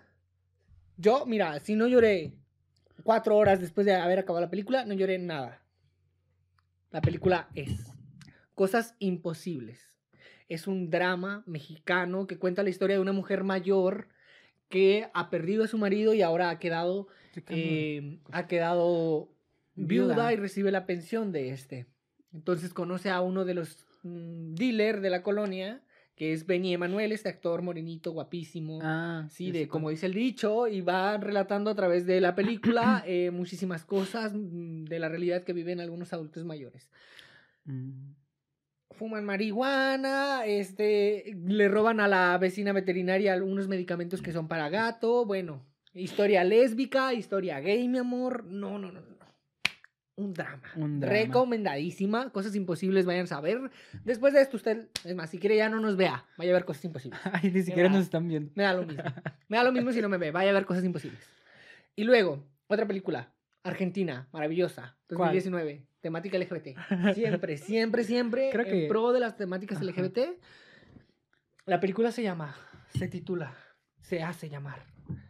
Speaker 3: Yo, mira, si no lloré cuatro horas después de haber acabado la película, no lloré nada. La película es Cosas Imposibles. Es un drama mexicano que cuenta la historia de una mujer mayor que ha perdido a su marido y ahora ha quedado, eh, ha quedado viuda.
Speaker 2: Viuda.
Speaker 3: y recibe la pensión de este. Entonces conoce a uno de los mm, dealers de la colonia, que es Benny Emanuel, este actor morenito, guapísimo.
Speaker 2: Ah,
Speaker 3: Sí,
Speaker 2: ya
Speaker 3: de
Speaker 2: sé cuál.
Speaker 3: como dice el dicho, y va relatando a través de la película eh, muchísimas cosas mm, de la realidad que viven algunos adultos mayores.
Speaker 2: Mm.
Speaker 3: Fuman marihuana, este, le roban a la vecina veterinaria algunos medicamentos que son para gato, bueno, historia lésbica, historia gay, mi amor, no, no, no, no. Un drama.
Speaker 2: Un drama.
Speaker 3: Recomendadísima, Cosas Imposibles, vayan a ver. Después de esto, usted, es más, si quiere ya no nos vea, vaya a ver Cosas Imposibles.
Speaker 2: Ay, ni siquiera
Speaker 3: da-
Speaker 2: nos están viendo.
Speaker 3: Me da lo mismo. Me da lo mismo si no me ve. Vaya a ver Cosas Imposibles. Y luego, otra película. Argentina. Maravillosa. dos mil diecinueve. Temática L G B T. Siempre, siempre, siempre
Speaker 2: Creo
Speaker 3: en
Speaker 2: que-
Speaker 3: pro de las temáticas
Speaker 2: Ajá.
Speaker 3: L G B T. La película se llama, se titula, se hace llamar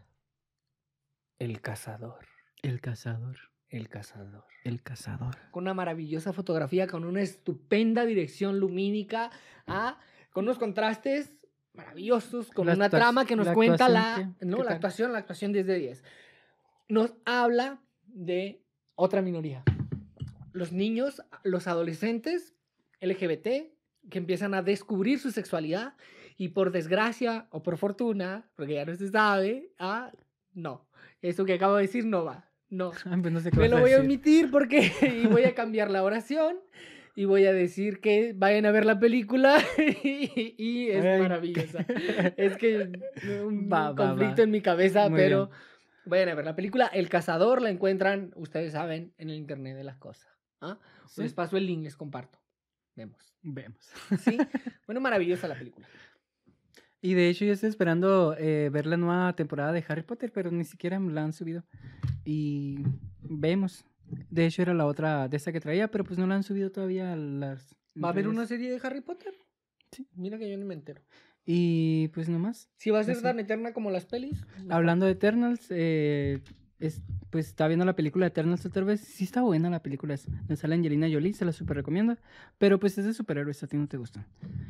Speaker 3: El Cazador.
Speaker 2: El cazador.
Speaker 3: El Cazador.
Speaker 2: El cazador.
Speaker 3: Con una maravillosa fotografía, con una estupenda dirección lumínica, ah, con unos contrastes maravillosos, con
Speaker 2: La
Speaker 3: una
Speaker 2: actua-
Speaker 3: trama que nos
Speaker 2: la
Speaker 3: cuenta la,
Speaker 2: actuación, ¿qué-
Speaker 3: no,
Speaker 2: qué
Speaker 3: la
Speaker 2: tal?
Speaker 3: actuación, la actuación diez de diez. Nos habla de otra minoría. los niños, los adolescentes L G B T que empiezan a descubrir su sexualidad y por desgracia o por fortuna, porque ya no se sabe, ah, no, eso que acabo de decir no va, no.
Speaker 2: Ay, pues no sé qué
Speaker 3: Me
Speaker 2: vas
Speaker 3: lo
Speaker 2: a
Speaker 3: voy a
Speaker 2: decir.
Speaker 3: omitir porque y voy a cambiar la oración y voy a decir que vayan a ver la película y, y es
Speaker 2: Ay.
Speaker 3: maravillosa. Es que un
Speaker 2: Va, va,
Speaker 3: conflicto
Speaker 2: va.
Speaker 3: en mi cabeza,
Speaker 2: Muy
Speaker 3: pero
Speaker 2: bien.
Speaker 3: vayan a ver la película. El Cazador la encuentran, ustedes saben, en el internet de las cosas. ¿Ah?
Speaker 2: ¿Sí?
Speaker 3: Les paso el link, les comparto. Vemos.
Speaker 2: Vemos.
Speaker 3: Sí, bueno, maravillosa la película.
Speaker 2: Y de hecho yo estoy esperando eh, ver la nueva temporada de Harry Potter, pero ni siquiera me la han subido. Y vemos. De hecho era la otra de esa que traía, pero pues no la han subido todavía a las...
Speaker 3: ¿Va a haber
Speaker 2: redes.
Speaker 3: una serie de Harry Potter?
Speaker 2: Sí.
Speaker 3: Mira que yo ni me entero.
Speaker 2: Y pues nomás.
Speaker 3: Si va a ser
Speaker 2: Así.
Speaker 3: tan eterna como las pelis. mejor.
Speaker 2: Hablando de Eternals, eh, es, pues estaba viendo la película de Eternals otra vez. Sí está buena la película. Es, me sale Angelina Jolie, se la super recomiendo. Pero pues es de superhéroes, a ti no te gustan.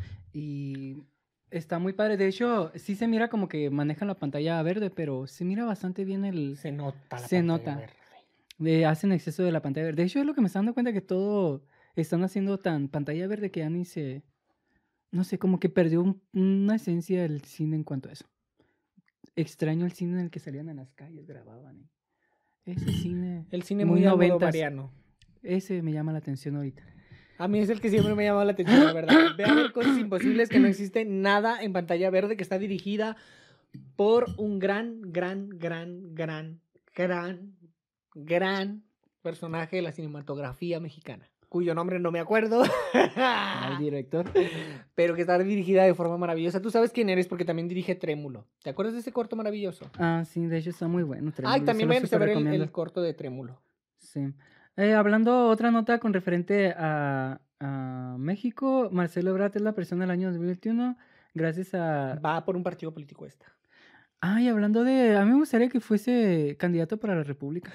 Speaker 2: Y está muy padre. De hecho, sí se mira como que manejan la pantalla verde, pero se mira bastante bien el...
Speaker 3: Se nota la
Speaker 2: Se
Speaker 3: pantalla
Speaker 2: nota.
Speaker 3: verde.
Speaker 2: eh, hacen exceso de la pantalla verde. De hecho, es lo que me está dando cuenta que todo están haciendo tan pantalla verde que ya ni se... No sé, como que perdió un- una esencia del cine en cuanto a eso. Extraño el cine en el que salían en las calles, grababan. ¿eh? Ese cine...
Speaker 3: El cine
Speaker 2: Muy
Speaker 3: muy,
Speaker 2: noventas.
Speaker 3: almodovariano.
Speaker 2: Ese me llama la atención ahorita.
Speaker 3: A mí es el que siempre me ha llamado la atención, la verdad. Ve a ver Cosas Imposibles, que no existe nada en pantalla verde, que está dirigida por un gran, gran, gran, gran, gran, gran personaje de la cinematografía mexicana, cuyo nombre no me acuerdo,
Speaker 2: Al director.
Speaker 3: pero que está dirigida de forma maravillosa. Tú sabes quién eres porque también dirige Trémulo. ¿Te acuerdas de ese corto maravilloso?
Speaker 2: Ah, sí, de hecho está muy bueno.
Speaker 3: Ah,
Speaker 2: Trémulo,
Speaker 3: y también
Speaker 2: se lo
Speaker 3: vayan a ver el,
Speaker 2: superrecomiendo.
Speaker 3: el corto de Trémulo.
Speaker 2: Sí. Eh, hablando otra nota con referente a, a México, Marcelo Ebrard es la persona del año dos mil veintiuno, gracias a...
Speaker 3: Va por un partido político esta.
Speaker 2: Ay, hablando de... A mí me gustaría que fuese candidato para la República.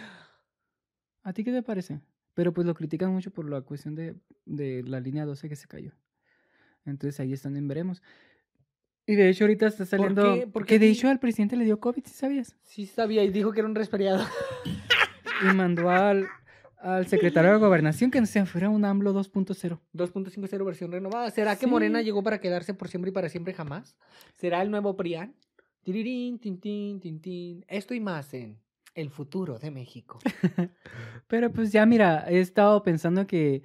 Speaker 2: ¿A ti qué te parece? Pero pues lo critican mucho por la cuestión de, de la línea doce que se cayó. Entonces ahí están en veremos. Y de hecho ahorita está saliendo...
Speaker 3: qué? ¿Por qué
Speaker 2: que de
Speaker 3: di-
Speaker 2: hecho al presidente le dio COVID, ¿sí sabías?
Speaker 3: Sí sabía y dijo que era un resfriado.
Speaker 2: Y mandó al, al secretario de Gobernación que se fuera un AMLO dos punto cero.
Speaker 3: dos punto cincuenta versión renovada. ¿Será que
Speaker 2: Sí.
Speaker 3: Morena llegó para quedarse por siempre y para siempre jamás? ¿Será el nuevo PRIAN? Tirirín, tin, tin, tin, tin. Esto y más en El futuro de México.
Speaker 2: Pero pues ya mira, he estado pensando que...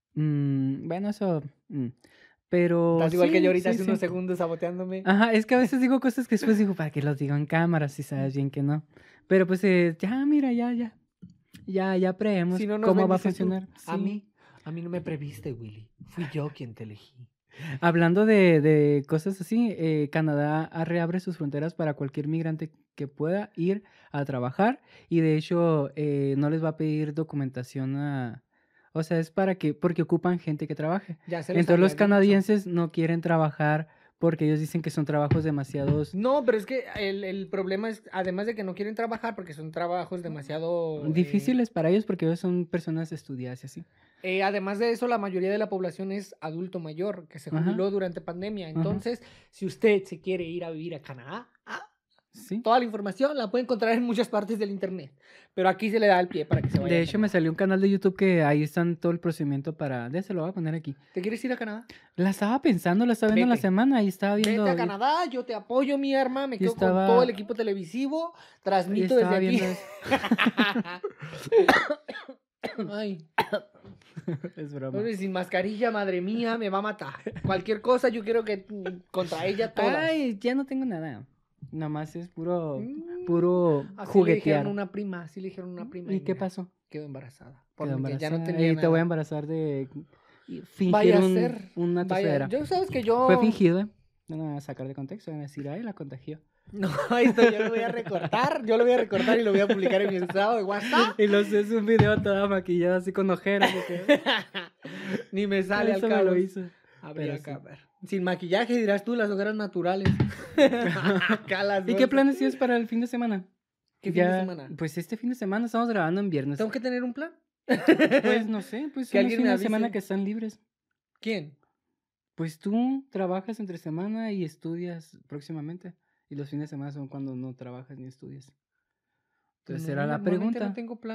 Speaker 2: mm, bueno, eso... mm, pero...
Speaker 3: Estás igual que
Speaker 2: sí,
Speaker 3: yo ahorita
Speaker 2: sí,
Speaker 3: hace unos
Speaker 2: sí.
Speaker 3: segundos saboteándome.
Speaker 2: Ajá, es que a veces digo cosas que después digo, ¿para qué los digo en cámara si sabes bien que no? Pero pues eh, ya, mira, ya, ya. Ya, ya preemos
Speaker 3: Si no nos
Speaker 2: cómo va a
Speaker 3: bendices tú.
Speaker 2: funcionar.
Speaker 3: A
Speaker 2: Sí.
Speaker 3: mí, a mí no me previste, Willy. Fui yo quien te elegí.
Speaker 2: Hablando de, de cosas así, eh, Canadá ah, reabre sus fronteras para cualquier migrante que pueda ir a trabajar y de hecho eh, no les va a pedir documentación a... O sea, es para que, porque ocupan gente que trabaje.
Speaker 3: Ya se les
Speaker 2: Entonces los
Speaker 3: había dicho.
Speaker 2: canadienses no quieren trabajar porque ellos dicen que son trabajos demasiados
Speaker 3: No, pero es que el, el problema es, además de que no quieren trabajar porque son trabajos demasiado... eh,
Speaker 2: difíciles para ellos porque ellos son personas estudiadas y así.
Speaker 3: Eh, además de eso, la mayoría de la población es adulto mayor que se
Speaker 2: Ajá.
Speaker 3: jubiló durante pandemia. Entonces, si usted se quiere ir a vivir a Canadá, ah,
Speaker 2: Sí.
Speaker 3: toda la información la puede encontrar en muchas partes del internet. Pero aquí se le da el pie para que se vaya.
Speaker 2: De
Speaker 3: a
Speaker 2: hecho, me
Speaker 3: Canadá.
Speaker 2: salió un canal de YouTube que ahí están todo el procedimiento para... Ya se lo voy a poner aquí.
Speaker 3: ¿Te quieres ir a Canadá?
Speaker 2: La estaba pensando, la estaba viendo en la
Speaker 3: Vete.
Speaker 2: semana y estaba viendo...
Speaker 3: Vete a Canadá, yo te apoyo, mi arma. Me
Speaker 2: Yo
Speaker 3: quedo
Speaker 2: estaba-
Speaker 3: con todo el equipo televisivo.
Speaker 2: y
Speaker 3: Transmito
Speaker 2: estaba
Speaker 3: desde aquí.
Speaker 2: viendo eso.
Speaker 3: Ay,
Speaker 2: Es broma.
Speaker 3: oye, sin mascarilla, madre mía, me va a matar. Cualquier cosa, yo quiero que mm, contra ella todas.
Speaker 2: Ay, ya no tengo nada. Nada más es puro,
Speaker 3: Mm.
Speaker 2: puro
Speaker 3: Así le dijeron
Speaker 2: juguetear.
Speaker 3: a una prima, así le dijeron a una prima.
Speaker 2: ¿Y qué
Speaker 3: mira,
Speaker 2: pasó?
Speaker 3: Quedó embarazada.
Speaker 2: Quedó
Speaker 3: Porque ya no
Speaker 2: embarazada.
Speaker 3: tenía
Speaker 2: Y te voy a
Speaker 3: nada.
Speaker 2: embarazar de fingir
Speaker 3: Vaya a
Speaker 2: un-
Speaker 3: ser.
Speaker 2: una
Speaker 3: Vaya,
Speaker 2: tosedera.
Speaker 3: yo sabes que yo...
Speaker 2: Fue fingido, ¿eh? No me van a sacar de contexto, van a decir, ay, la contagió.
Speaker 3: No, esto yo lo voy a recortar, yo lo voy a recortar y lo voy a publicar en mi estado de WhatsApp.
Speaker 2: Y lo sé, es un video toda maquillada así con ojeras. y que-
Speaker 3: Ni me sale al
Speaker 2: Eso me
Speaker 3: cabo.
Speaker 2: lo hizo.
Speaker 3: Habría
Speaker 2: Pero
Speaker 3: que
Speaker 2: sí.
Speaker 3: ver. Sin maquillaje dirás tú, las ojeras naturales. Acá las
Speaker 2: ¿Y qué
Speaker 3: bolsas.
Speaker 2: planes tienes para el fin de semana?
Speaker 3: ¿Qué fin de
Speaker 2: Ya-
Speaker 3: semana?
Speaker 2: Pues este fin de semana estamos grabando en viernes.
Speaker 3: ¿Tengo que tener un plan?
Speaker 2: Pues no sé, pues
Speaker 3: Que
Speaker 2: son los
Speaker 3: alguien me
Speaker 2: fines de semana
Speaker 3: avise.
Speaker 2: que están libres.
Speaker 3: ¿Quién?
Speaker 2: Pues tú trabajas entre semana y estudias próximamente. Y los fines de semana son cuando no trabajas ni estudias.
Speaker 3: Pues
Speaker 2: Entonces
Speaker 3: no,
Speaker 2: era la
Speaker 3: normalmente
Speaker 2: pregunta.
Speaker 3: No tengo plan.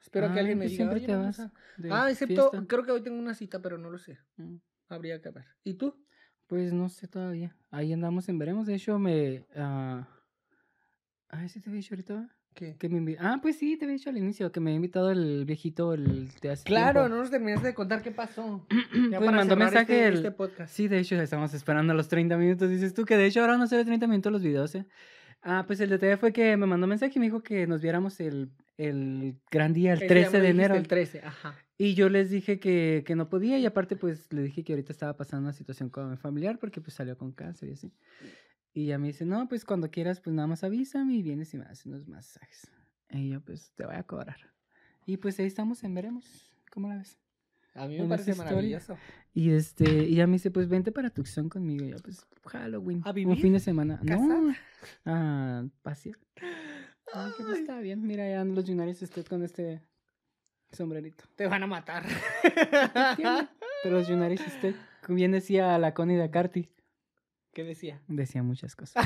Speaker 3: Espero
Speaker 2: Ah,
Speaker 3: que alguien me
Speaker 2: pues
Speaker 3: diga,
Speaker 2: siempre
Speaker 3: "Oye,
Speaker 2: te
Speaker 3: vamos
Speaker 2: vas
Speaker 3: a-".
Speaker 2: de
Speaker 3: Ah, excepto,
Speaker 2: fiesta.
Speaker 3: creo que hoy tengo una cita, pero no lo sé.
Speaker 2: Mm.
Speaker 3: Habría que ver. ¿Y tú?
Speaker 2: Pues no sé todavía. Ahí andamos en veremos. De hecho, me. ah Ay, ¿sí te había dicho ahorita?
Speaker 3: ¿Qué?
Speaker 2: Que me invi- Ah, pues sí, te había dicho al inicio que me había invitado el viejito el de hace
Speaker 3: Claro,
Speaker 2: tiempo.
Speaker 3: no nos terminaste de contar qué pasó. Ya
Speaker 2: Pues
Speaker 3: para
Speaker 2: mandó
Speaker 3: cerrar
Speaker 2: mensaje
Speaker 3: este,
Speaker 2: el-
Speaker 3: este podcast.
Speaker 2: Sí, de hecho, estamos esperando los treinta minutos. Dices tú que de hecho ahora no se ve treinta minutos los videos, ¿eh? Ah, pues el detalle fue que me mandó mensaje y me dijo que nos viéramos el, el gran día, el
Speaker 3: Ese ya me
Speaker 2: trece
Speaker 3: lo
Speaker 2: de
Speaker 3: dijiste,
Speaker 2: enero.
Speaker 3: El trece, ajá.
Speaker 2: Y yo les dije que, que no podía y aparte pues le dije que ahorita estaba pasando una situación con mi familiar porque pues salió con cáncer y así. Y ella me dice, no, pues cuando quieras pues nada más avísame y vienes y me haces unos masajes. Y yo pues te voy a cobrar. Y pues ahí estamos en veremos. ¿Cómo la ves?
Speaker 3: A mí me
Speaker 2: En
Speaker 3: parece
Speaker 2: esa historia.
Speaker 3: maravilloso.
Speaker 2: Y este, y ella me dice, pues vente para Tucson conmigo. Y yo, pues, Halloween.
Speaker 3: ¿A
Speaker 2: Un
Speaker 3: vivir?
Speaker 2: fin de semana.
Speaker 3: ¿Casar?
Speaker 2: No, a pasear. Ay, que pues está bien. Mira, ya los United States con este sombrerito.
Speaker 3: Te van a matar.
Speaker 2: ¿Qué tiene? Pero los United States, como bien decía la Connie de Carty,
Speaker 3: ¿Qué decía?
Speaker 2: decía muchas cosas.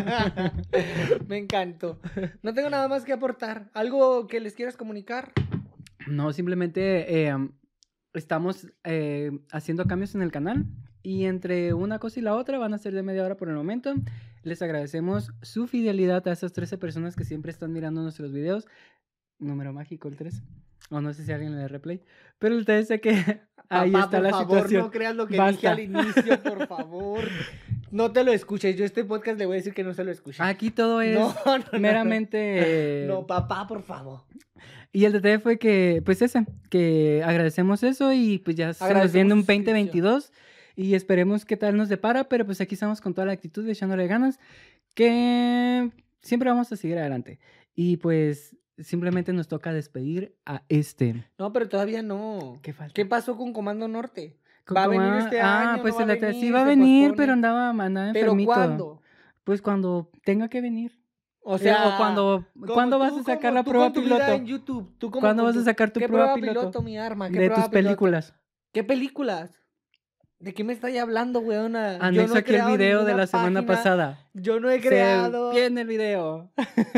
Speaker 3: Me encantó. No tengo nada más que aportar. ¿Algo que les quieras comunicar?
Speaker 2: No, simplemente eh, estamos eh, haciendo cambios en el canal y entre una cosa y la otra van a ser de media hora por el momento. Les agradecemos su fidelidad a esas trece personas que siempre están mirando nuestros videos. Número mágico, el trece. O no sé si alguien le da replay. Pero el trece es que ahí
Speaker 3: Papá,
Speaker 2: está
Speaker 3: por
Speaker 2: la
Speaker 3: favor,
Speaker 2: situación.
Speaker 3: no creas lo que
Speaker 2: Basta.
Speaker 3: dije al inicio, por favor. No te lo escuches. Yo este podcast le voy a decir que no se lo escuche.
Speaker 2: Aquí todo es
Speaker 3: No, no, no,
Speaker 2: meramente...
Speaker 3: no. No, papá, por favor.
Speaker 2: Y el detalle fue que, pues ese, que agradecemos eso y pues ya se nos
Speaker 3: Agradecemos
Speaker 2: viene un
Speaker 3: su
Speaker 2: veinte veintidós y esperemos qué tal nos depara, pero pues aquí estamos con toda la actitud, echándole ganas, que siempre vamos a seguir adelante. Y pues simplemente nos toca despedir a este.
Speaker 3: No, pero todavía no.
Speaker 2: ¿Qué falta?
Speaker 3: ¿Qué pasó con Comando Norte?
Speaker 2: Con
Speaker 3: ¿Va a venir
Speaker 2: Comando-
Speaker 3: este
Speaker 2: ah,
Speaker 3: año?
Speaker 2: pues
Speaker 3: ¿No va
Speaker 2: el
Speaker 3: a
Speaker 2: detalle-
Speaker 3: venir?
Speaker 2: sí va a
Speaker 3: ¿Se
Speaker 2: venir,
Speaker 3: pospone?
Speaker 2: pero andaba, andaba
Speaker 3: ¿Pero
Speaker 2: enfermito.
Speaker 3: cuándo?
Speaker 2: Pues cuando tenga que venir.
Speaker 3: O sea,
Speaker 2: o cuando,
Speaker 3: como
Speaker 2: ¿cuándo
Speaker 3: tú,
Speaker 2: vas a sacar
Speaker 3: como
Speaker 2: la
Speaker 3: tú
Speaker 2: prueba
Speaker 3: con tu vida
Speaker 2: piloto?
Speaker 3: en YouTube. Tú como
Speaker 2: ¿Cuándo
Speaker 3: con
Speaker 2: vas a
Speaker 3: tu-
Speaker 2: sacar tu
Speaker 3: ¿Qué
Speaker 2: prueba
Speaker 3: prueba
Speaker 2: piloto?
Speaker 3: piloto, mi arma? ¿Qué
Speaker 2: De
Speaker 3: prueba
Speaker 2: tus
Speaker 3: piloto?
Speaker 2: películas.
Speaker 3: ¿Qué películas? ¿De qué me estáis hablando, weona? Yo
Speaker 2: Anexo
Speaker 3: no he
Speaker 2: aquí el
Speaker 3: creado
Speaker 2: video de
Speaker 3: ninguna
Speaker 2: la semana
Speaker 3: página.
Speaker 2: pasada.
Speaker 3: Yo no he
Speaker 2: Se
Speaker 3: creado.
Speaker 2: viene el video.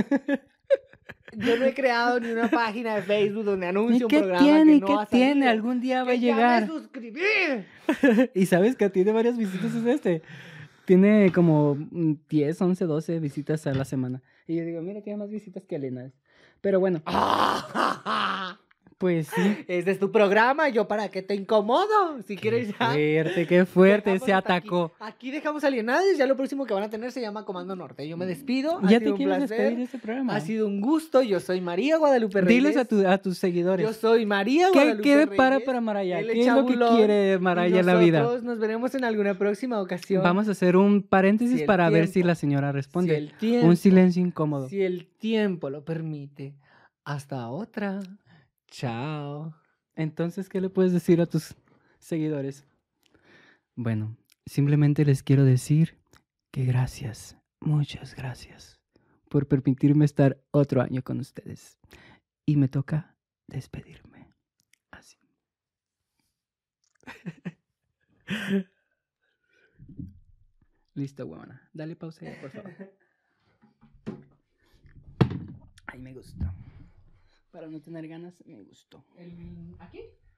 Speaker 3: Yo no he creado ni una página de Facebook donde
Speaker 2: ¿Y
Speaker 3: anuncie un
Speaker 2: qué
Speaker 3: programa
Speaker 2: tiene?
Speaker 3: que no
Speaker 2: ¿Qué
Speaker 3: ha
Speaker 2: tiene?
Speaker 3: salido.
Speaker 2: Algún día va a
Speaker 3: ¡Que ya
Speaker 2: llegar.
Speaker 3: me suscribí!
Speaker 2: Y sabes que tiene varias visitas es este. Tiene como mm, diez, once, doce visitas a la semana. Y yo digo, mira, tiene más visitas que Elena. Pero bueno, pues sí.
Speaker 3: Este es tu programa, yo para qué te incomodo. Si quieres ya.
Speaker 2: Fuerte, qué fuerte,
Speaker 3: Dejamos
Speaker 2: se
Speaker 3: hasta
Speaker 2: atacó.
Speaker 3: Aquí. Aquí dejamos alienados. Ya lo próximo que van a tener se llama Comando Norte. Yo me despido. Ha
Speaker 2: Ya
Speaker 3: sido
Speaker 2: te
Speaker 3: un
Speaker 2: quieres
Speaker 3: placer.
Speaker 2: despedir de este programa.
Speaker 3: Ha sido un gusto. Yo soy María Guadalupe Reyes.
Speaker 2: Diles a, tu- a tus seguidores.
Speaker 3: Yo soy María
Speaker 2: ¿Qué,
Speaker 3: Guadalupe
Speaker 2: qué
Speaker 3: Reyes.
Speaker 2: depara para Maraya?
Speaker 3: el
Speaker 2: ¿Qué es lo que
Speaker 3: Chabulón,
Speaker 2: quiere Maraya
Speaker 3: y
Speaker 2: en la vida?
Speaker 3: nosotros nos veremos en alguna próxima ocasión.
Speaker 2: Vamos a hacer un paréntesis
Speaker 3: Si el
Speaker 2: para ver si
Speaker 3: tiempo-
Speaker 2: la señora
Speaker 3: si
Speaker 2: responde.
Speaker 3: el tiempo,
Speaker 2: Un silencio incómodo.
Speaker 3: Si el tiempo lo permite. Hasta otra. Chao.
Speaker 2: Entonces, ¿qué le puedes decir a tus seguidores? Bueno, simplemente les quiero decir que gracias, muchas gracias por permitirme estar otro año con ustedes. Y me toca despedirme. Así. Listo, huevona. Dale pausa ya, por favor. Ay, me gustó. Para no tener ganas, me gustó.
Speaker 3: El- ¿Aquí?